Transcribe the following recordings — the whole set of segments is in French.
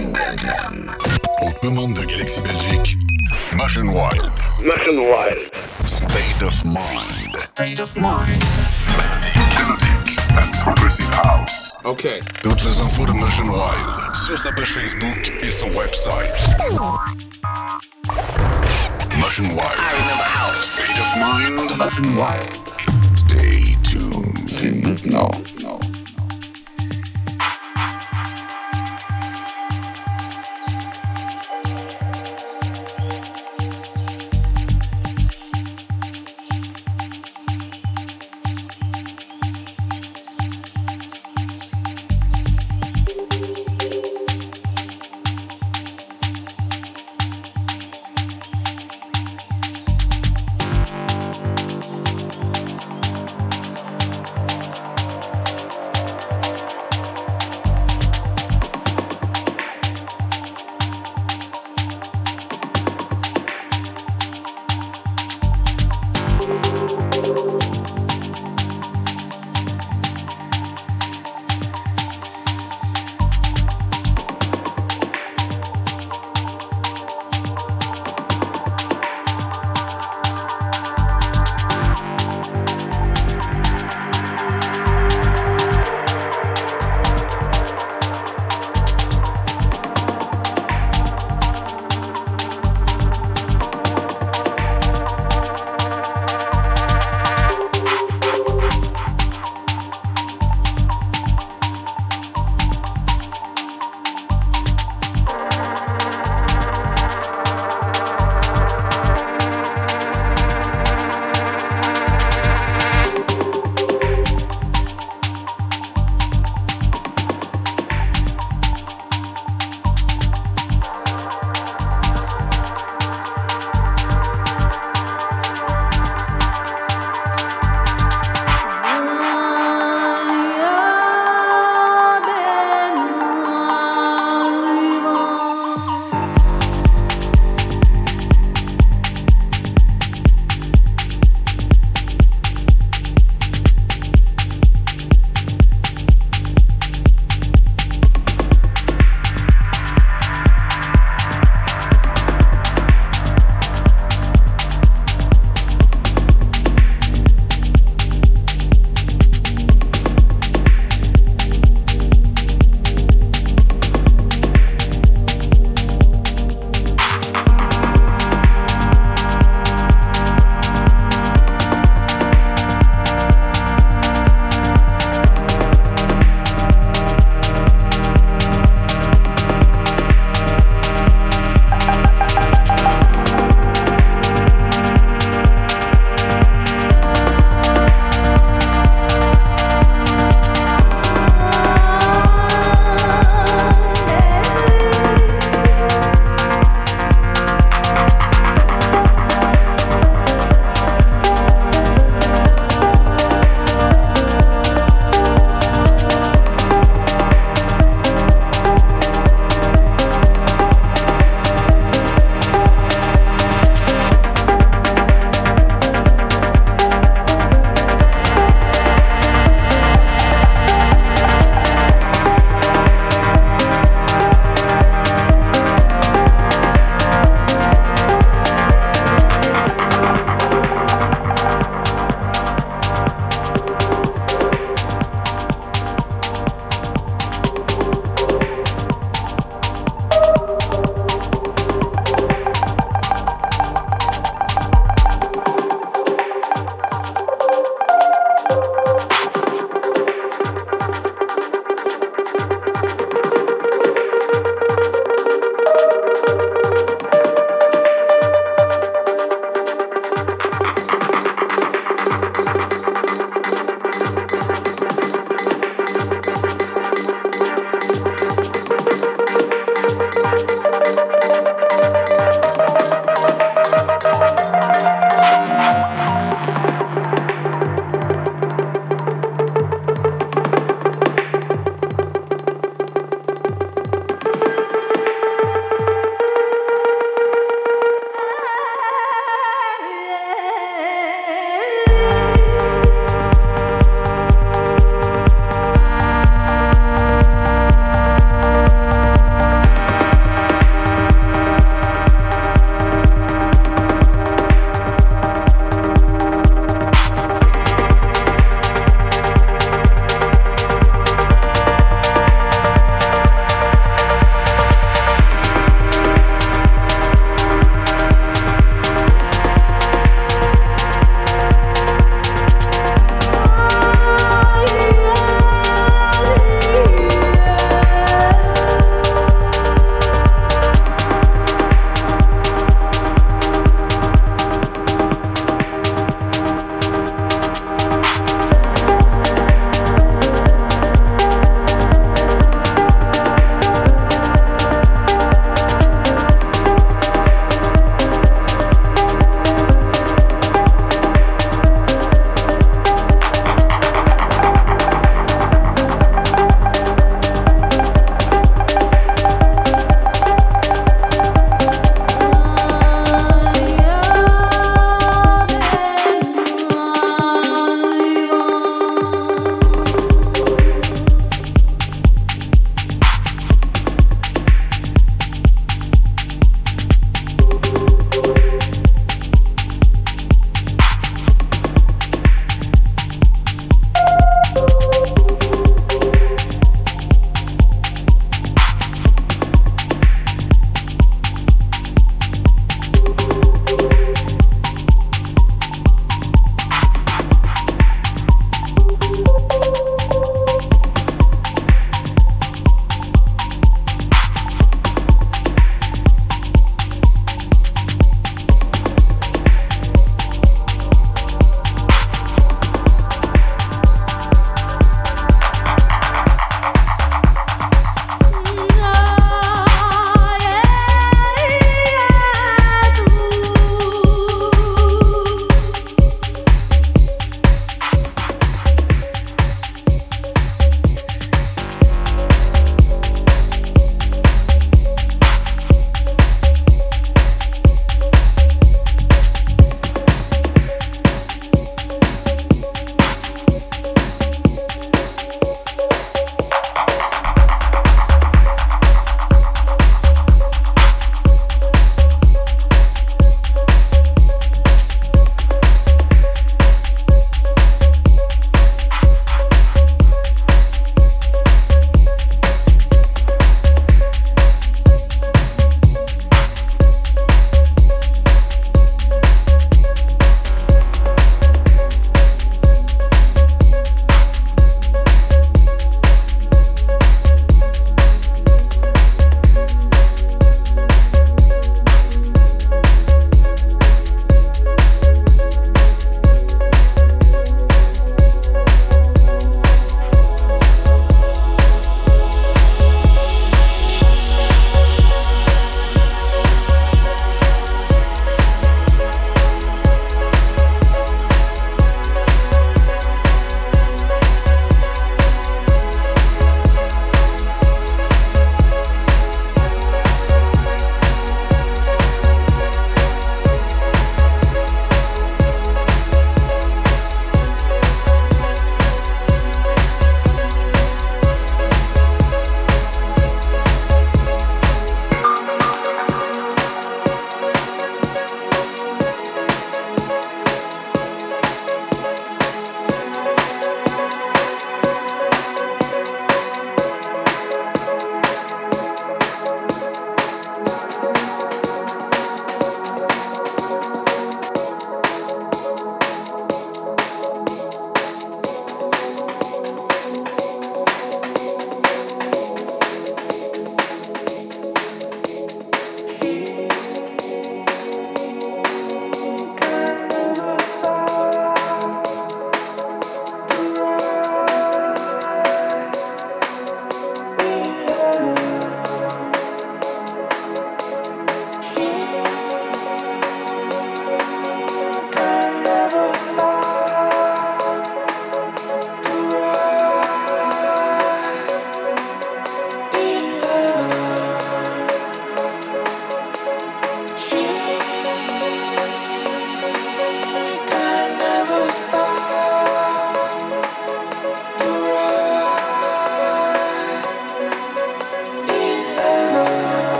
Aux commandes de Galaxy Belgique, Machine Wild. Machine Wild. State of Mind. State of Mind. Melodic and Progressive House. OK. Toutes les infos de Machine Wild sur sa page Facebook et son website. Machine Wild. State of Mind. Machine Wild. Stay tuned. C'est maintenant.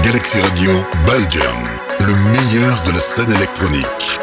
Galaxy Radio Belgium, le meilleur de la scène électronique.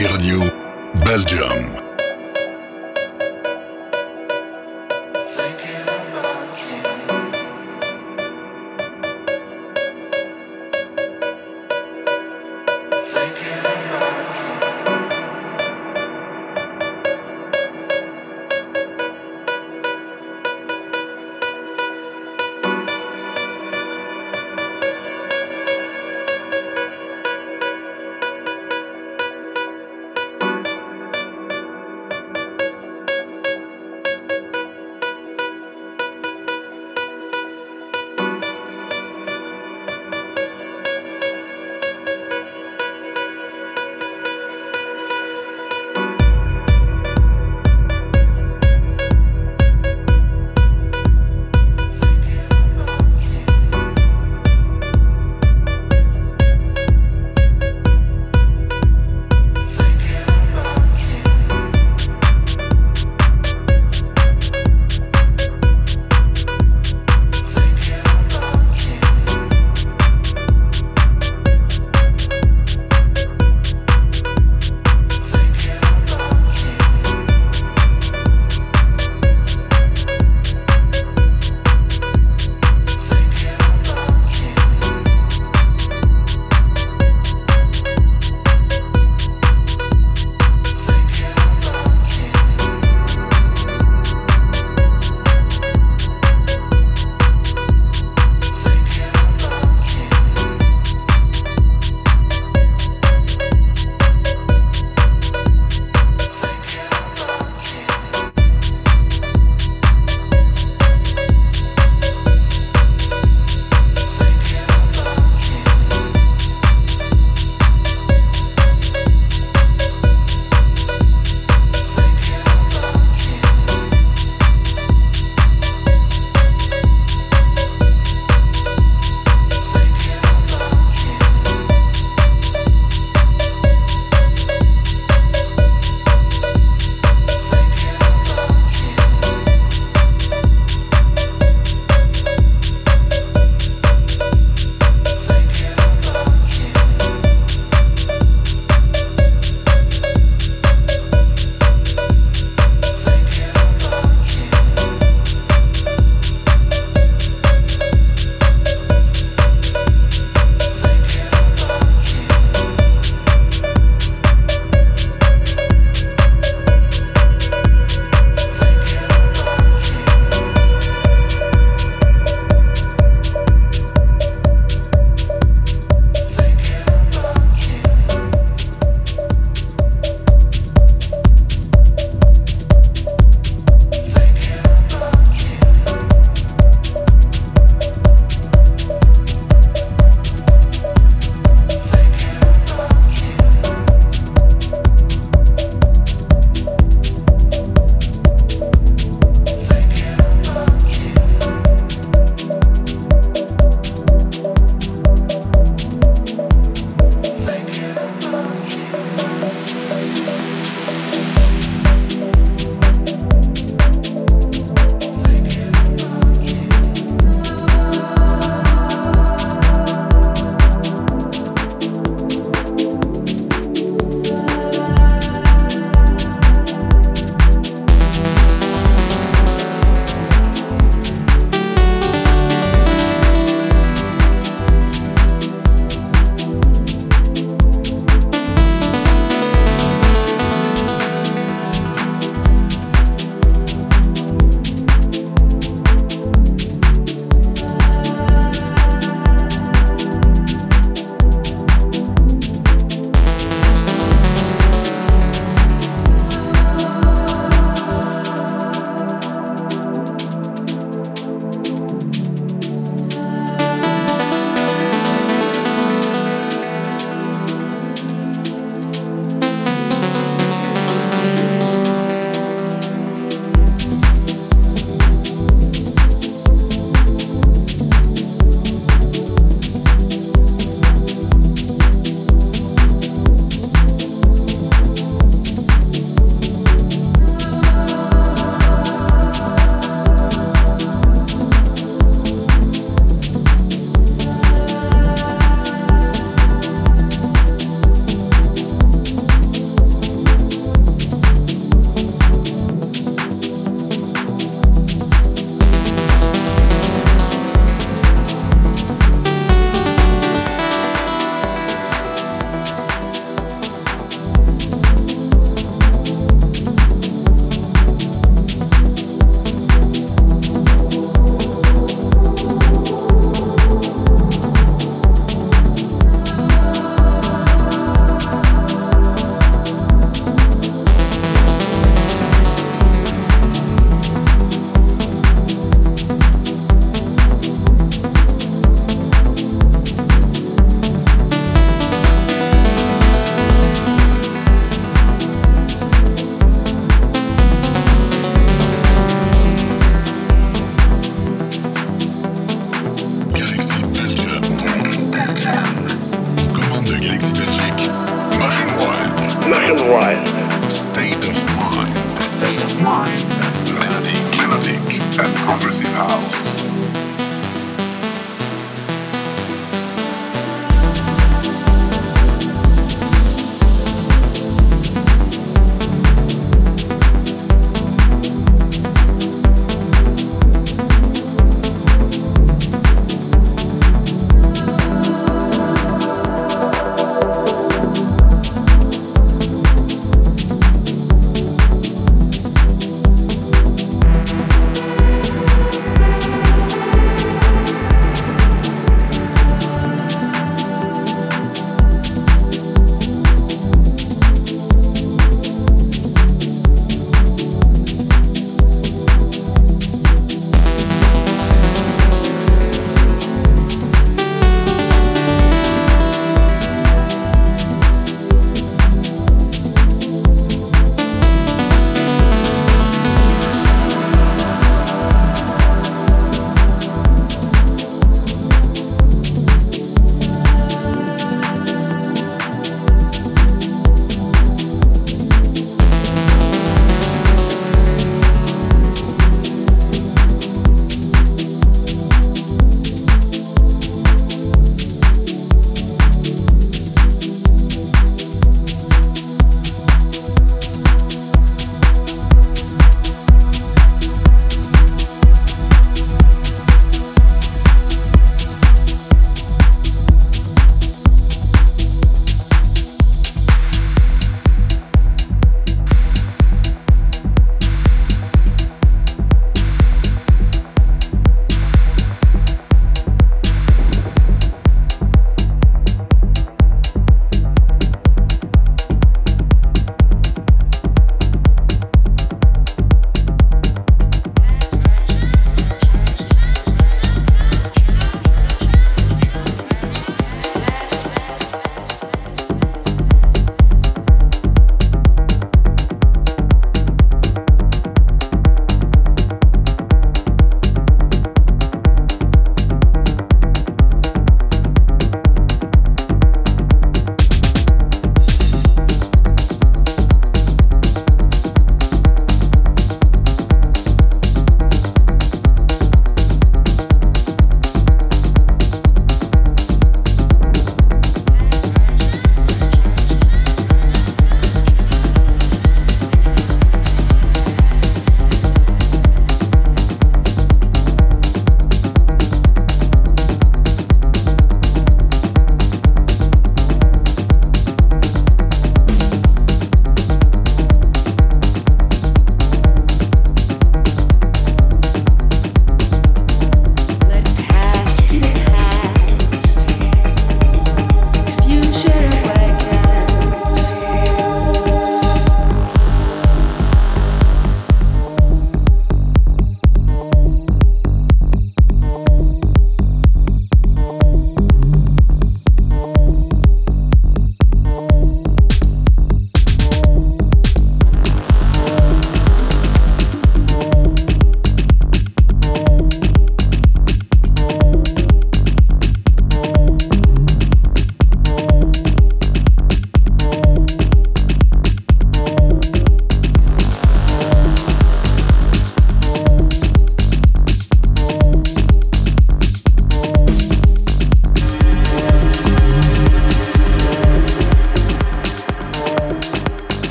Party Radio, Belgium.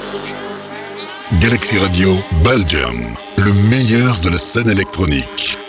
Galaxy Radio Belgium, le meilleur de la scène électronique.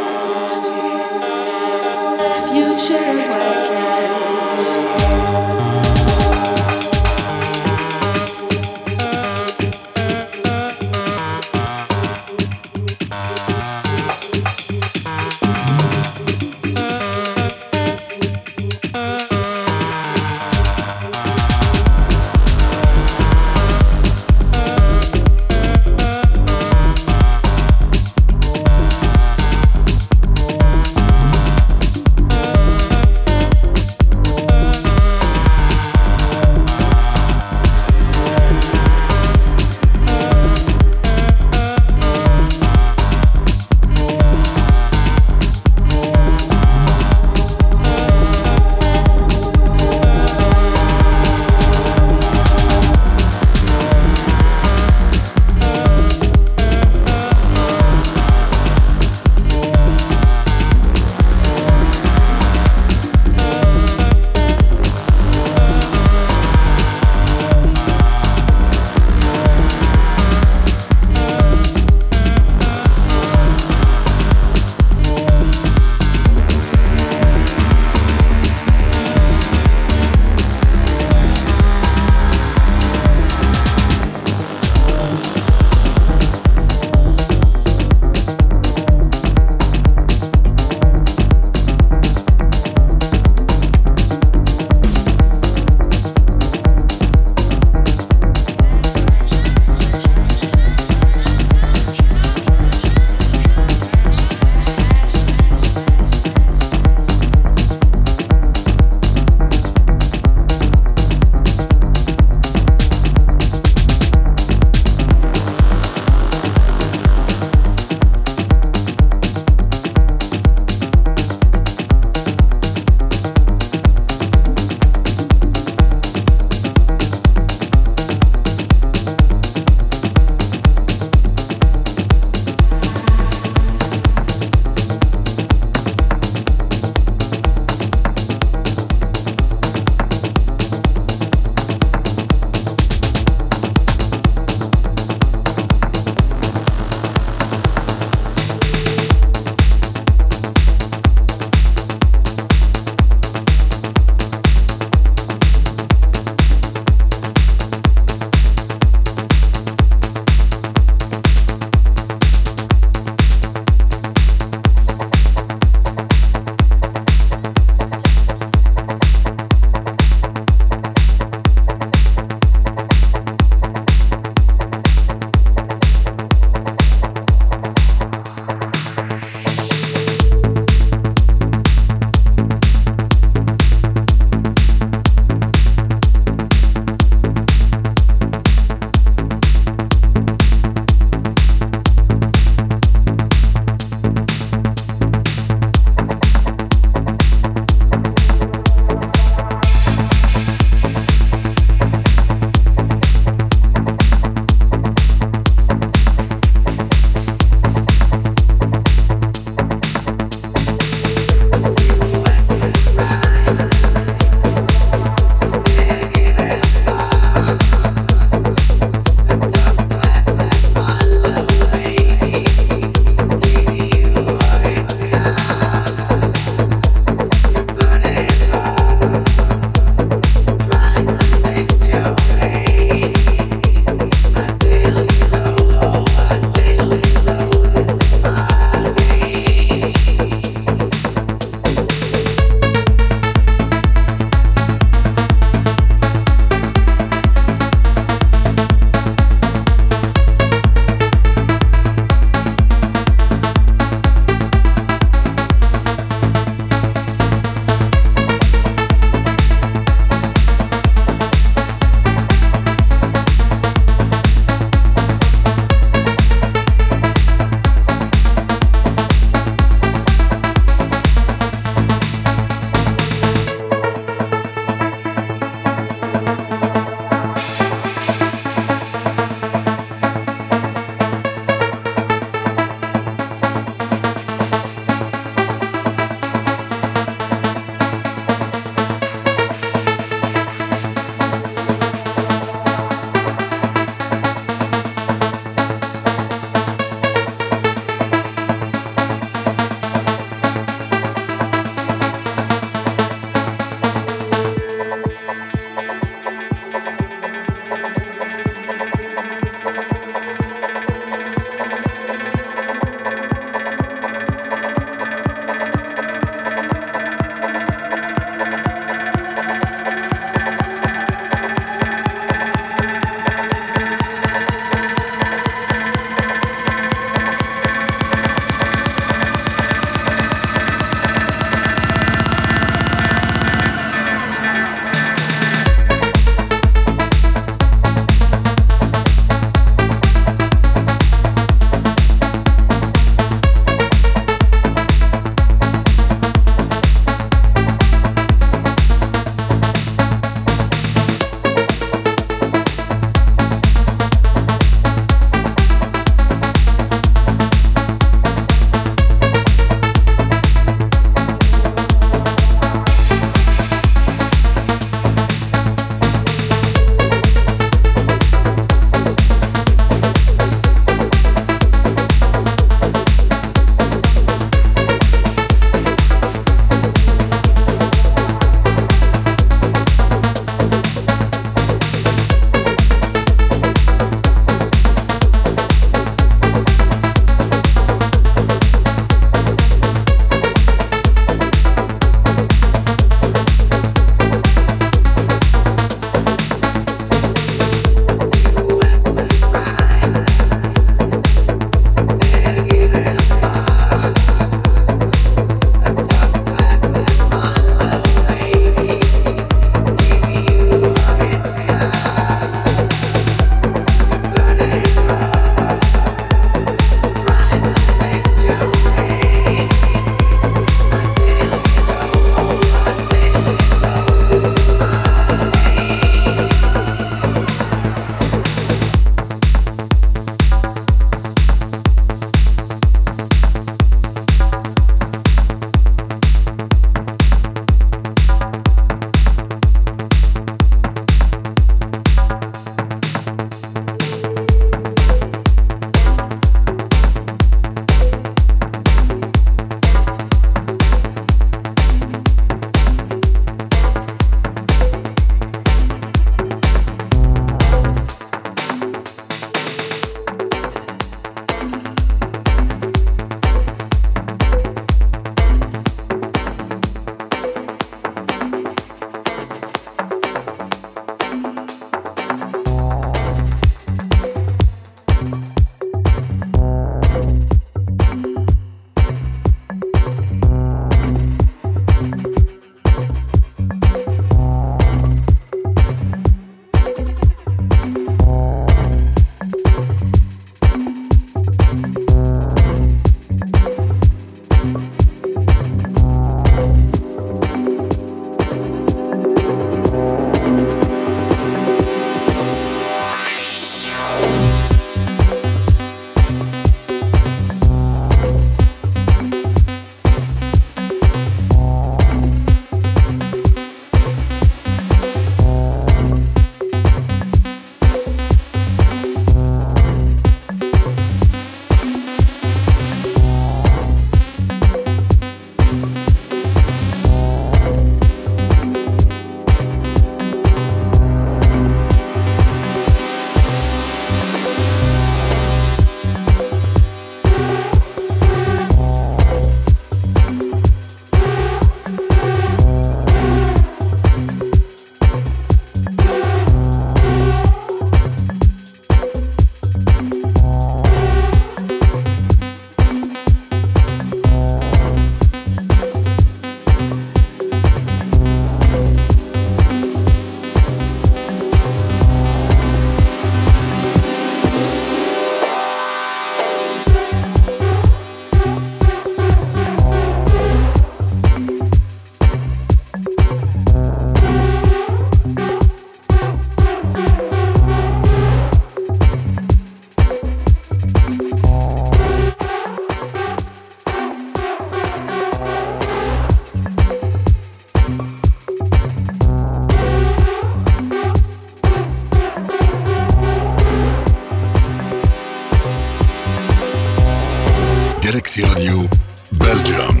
Party Radio, Belgium.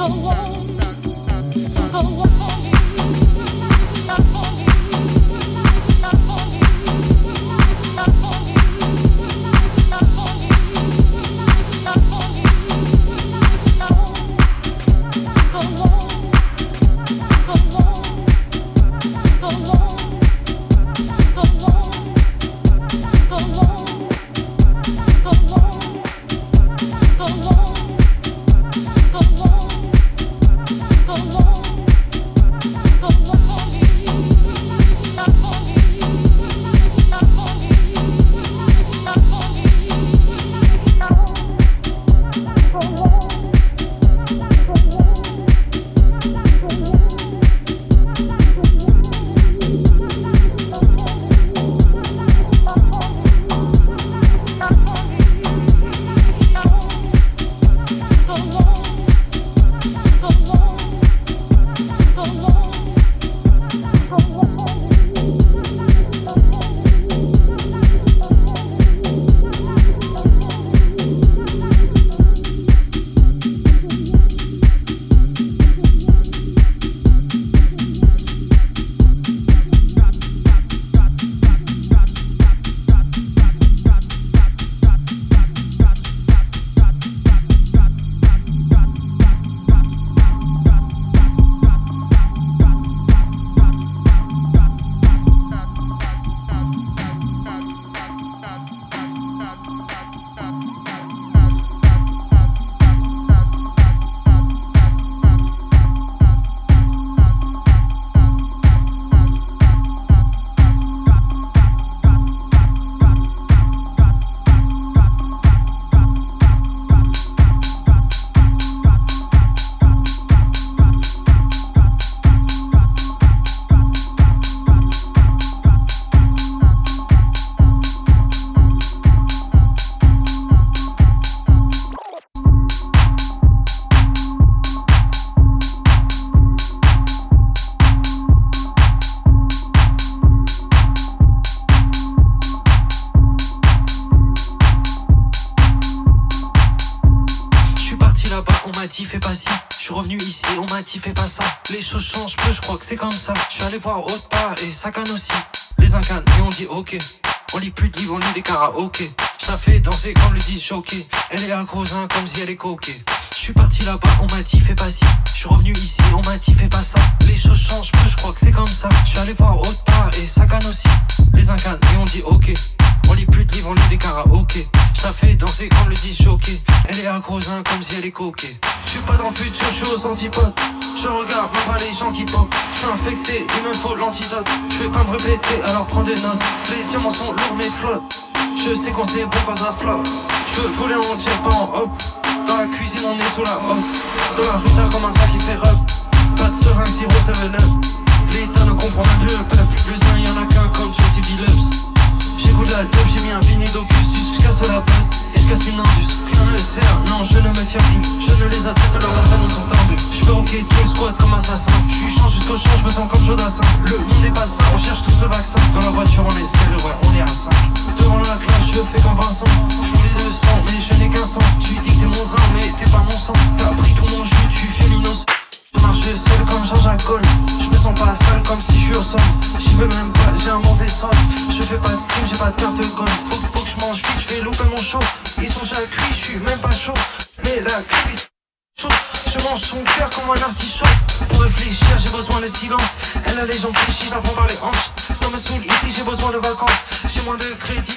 dit fais pas ci, je suis revenu ici, on m'a dit fais pas ça. Les choses changent peu, je crois que c'est comme ça. Je suis allé voir autre part et ça canne aussi. Les incannes et on dit ok. On lit plus de livres, on lit des karaokés. Ça fait danser comme le disent choqué. Elle est accrosin comme si elle est coquée. Je suis parti là-bas, on m'a dit fais pas ci. Je suis revenu ici, on m'a dit fais pas ça. Les choses changent peu, je crois que c'est comme ça. Je suis allé voir autre part et ça canne aussi. Les incannes et on dit ok. On lit plus de livres, on lit des karaokés. Ça fait danser comme le disent choqué. Elle est accrosin comme si elle est coquée. Je suis pas dans le futur, je suis aux antipodes. Je regarde même pas les gens qui pop. Je suis infecté, il me faut l'antidote. Je vais pas me répéter, alors prends des notes. Les diamants sont lourds mais flottent. Je sais qu'on c'est bon quand ça flotte. Je veux voler en jet, pas en hop. Dans la cuisine on est sous la hotte. Dans la rue ça comme un sac qui fait rub. Pas de seringue, sirop, 7-up. L'État ne comprend même plus le peuple. Le zin y'en a qu'un comme Jesse Billups. J'écoute la dope, j'ai mis un vinyle d'Augustus. Je casse la botte et je casse une indus. Rien ne le sert, non je ne me tiens plus. Je ne les adresse, leurs assassins sont tendus. Je peux rocker tout le squat comme assassin. Je suis change jusqu'au champ, je me sens comme Jodassin. Le monde est pas sain, on cherche tout ce vaccin. Dans la voiture on est sérieux, ouais on est à 5. Devant la classe je fais comme Vincent. Je voulais 200 mais je n'ai qu'un sang. Tu dis que t'es mon zin mais t'es pas mon sang. T'as pris tout mon jus, tu fais l'innocent. Je marche seul comme Jean-Jacques Gold. Je me sens pas sale comme si je suis au sol. J'y vais même pas, j'ai un mauvais sol. Je fais pas de stream, j'ai pas de carte gold. Faut que je mange vite, je vais louper mon show. Ils sont déjà cuits, je suis même pas chaud. Mais la cuite chaud. Je mange son cœur comme un artichaut. Pour réfléchir, j'ai besoin de silence. Elle a les jambes fléchies, j'apprends par les hanches. Ça me saoule ici, j'ai besoin de vacances. J'ai moins de crédit.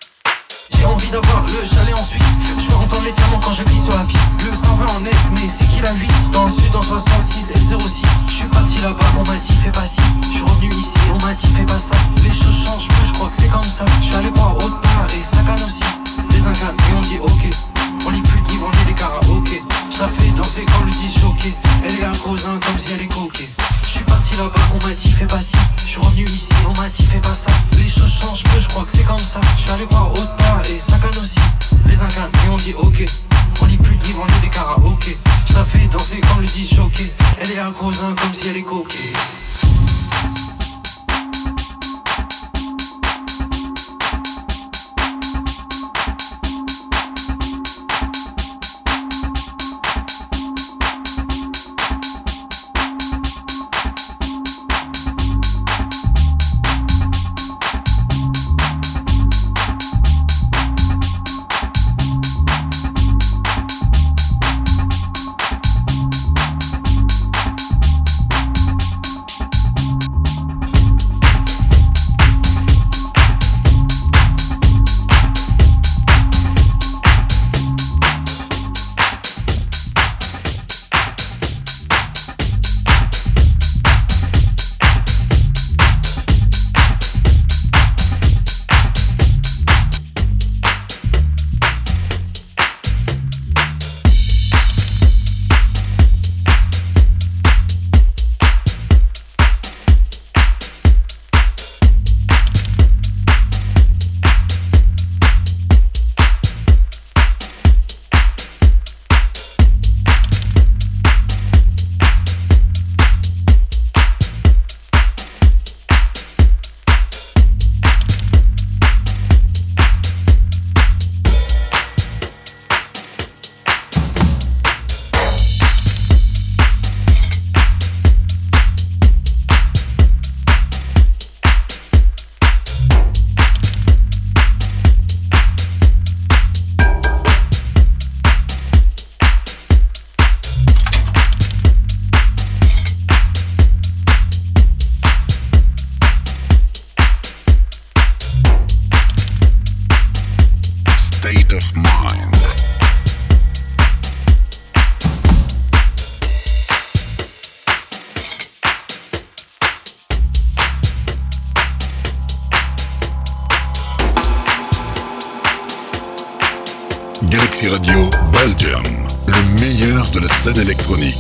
J'ai envie d'avoir le chalet en Suisse. Je veux entendre les diamants quand je glisse sur la piste. Le sang va en est, mais c'est qui la huisse. Dans le sud en 66 et 06. Je suis parti là-bas, on m'a dit fais pas ci. Je suis revenu ici, on m'a dit fais pas ça. Les choses changent peu, je crois que c'est comme ça. Je suis allé voir autre part et ça canne aussi. Les incannes et on dit ok. On lit plus de livres, on lit des karaokés. Ça fait danser comme le disent choqué. Elle est accrosin comme si elle est coquée. Je suis parti là-bas, on m'a dit fais pas ci. Je suis revenu ici, on m'a dit fais pas ça. Les choses changent peu, je crois que c'est comme ça. Je suis allé voir autre part et ça canne aussi. Les incannes et on dit ok. On lit plus de livres, on lit des karaokés. Ça fait danser comme le disent choqué. Elle est accrosin comme si elle est coquée. Galaxy Radio Belgium, le meilleur de la scène électronique.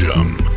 Belgium.